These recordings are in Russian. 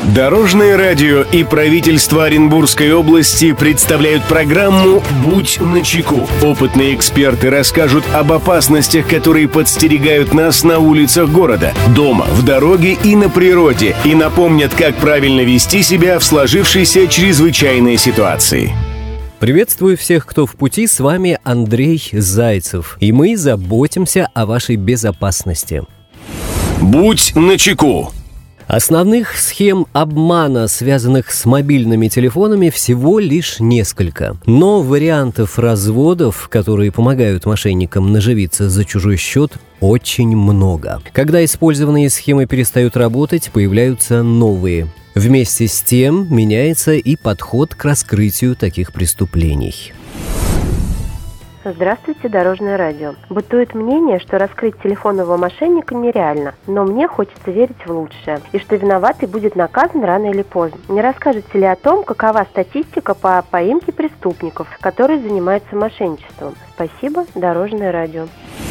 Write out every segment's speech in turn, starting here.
Дорожное радио и правительство Оренбургской области представляют программу «Будь начеку». Опытные эксперты расскажут об опасностях, которые подстерегают нас на улицах города, дома, в дороге и на природе, и напомнят, как правильно вести себя в сложившейся чрезвычайной ситуации. Приветствую всех, кто в пути, с вами Андрей Зайцев, и мы заботимся о вашей безопасности. Будь начеку. Основных схем обмана, связанных с мобильными телефонами, всего лишь несколько. Но вариантов разводов, которые помогают мошенникам наживиться за чужой счет, очень много. Когда использованные схемы перестают работать, появляются новые. Вместе с тем меняется и подход к раскрытию таких преступлений. Здравствуйте, Дорожное радио. Бытует мнение, что раскрыть телефонного мошенника нереально, но мне хочется верить в лучшее, и что виноватый будет наказан рано или поздно. Не расскажете ли о том, какова статистика по поимке преступников, которые занимаются мошенничеством? Спасибо, Дорожное радио.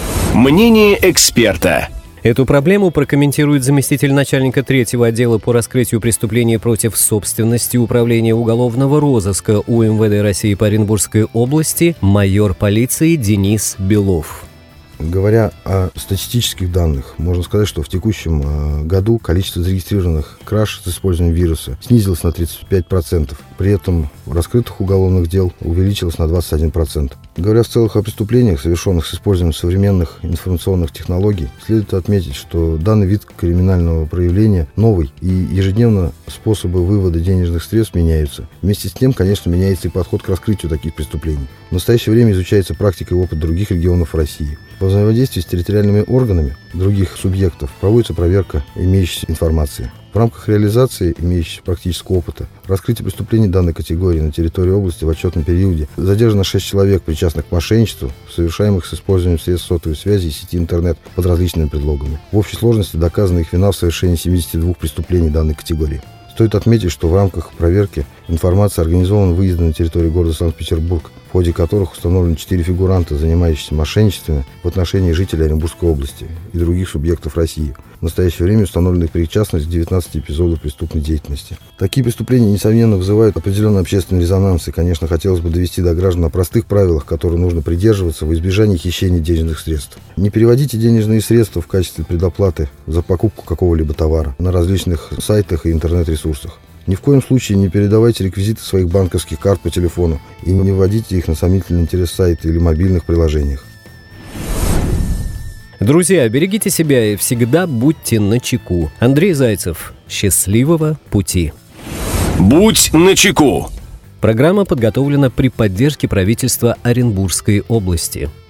Мнение эксперта. Эту проблему прокомментирует заместитель начальника 3-го отдела по раскрытию преступлений против собственности Управления уголовного розыска УМВД России по Оренбургской области майор полиции Денис Белов. Говоря о статистических данных, можно сказать, что в текущем году количество зарегистрированных краж с использованием вируса снизилось на 35%. При этом раскрытых уголовных дел увеличилось на 21%. Говоря в целом о преступлениях, совершенных с использованием современных информационных технологий, следует отметить, что данный вид криминального проявления новый, и ежедневно способы вывода денежных средств меняются. Вместе с тем, конечно, меняется и подход к раскрытию таких преступлений. В настоящее время изучается практика и опыт других регионов России. Во взаимодействии с территориальными органами других субъектов проводится проверка имеющейся информации. В рамках реализации имеющегося практического опыта раскрытие преступлений данной категории на территории области в отчетном периоде задержано 6 человек, причастных к мошенничеству, совершаемых с использованием средств сотовой связи и сети интернет под различными предлогами. В общей сложности доказана их вина в совершении 72 преступлений данной категории. Стоит отметить, что в рамках проверки информации организован выезд на территорию города Санкт-Петербург, в ходе которых установлены 4 фигуранта, занимающиеся мошенничеством в отношении жителей Оренбургской области и других субъектов России. В настоящее время установлена их причастность к 19 эпизодов преступной деятельности. Такие преступления, несомненно, вызывают определенный общественный резонанс, и, конечно, хотелось бы довести до граждан о простых правилах, которые нужно придерживаться в избежании хищения денежных средств. Не переводите денежные средства в качестве предоплаты за покупку какого-либо товара на различных сайтах и интернет-ресурсах. Ни в коем случае не передавайте реквизиты своих банковских карт по телефону и не вводите их на сомнительный интерес сайта или мобильных приложениях. Друзья, берегите себя и всегда будьте начеку. Андрей Зайцев. Счастливого пути. Будь начеку. Программа подготовлена при поддержке правительства Оренбургской области.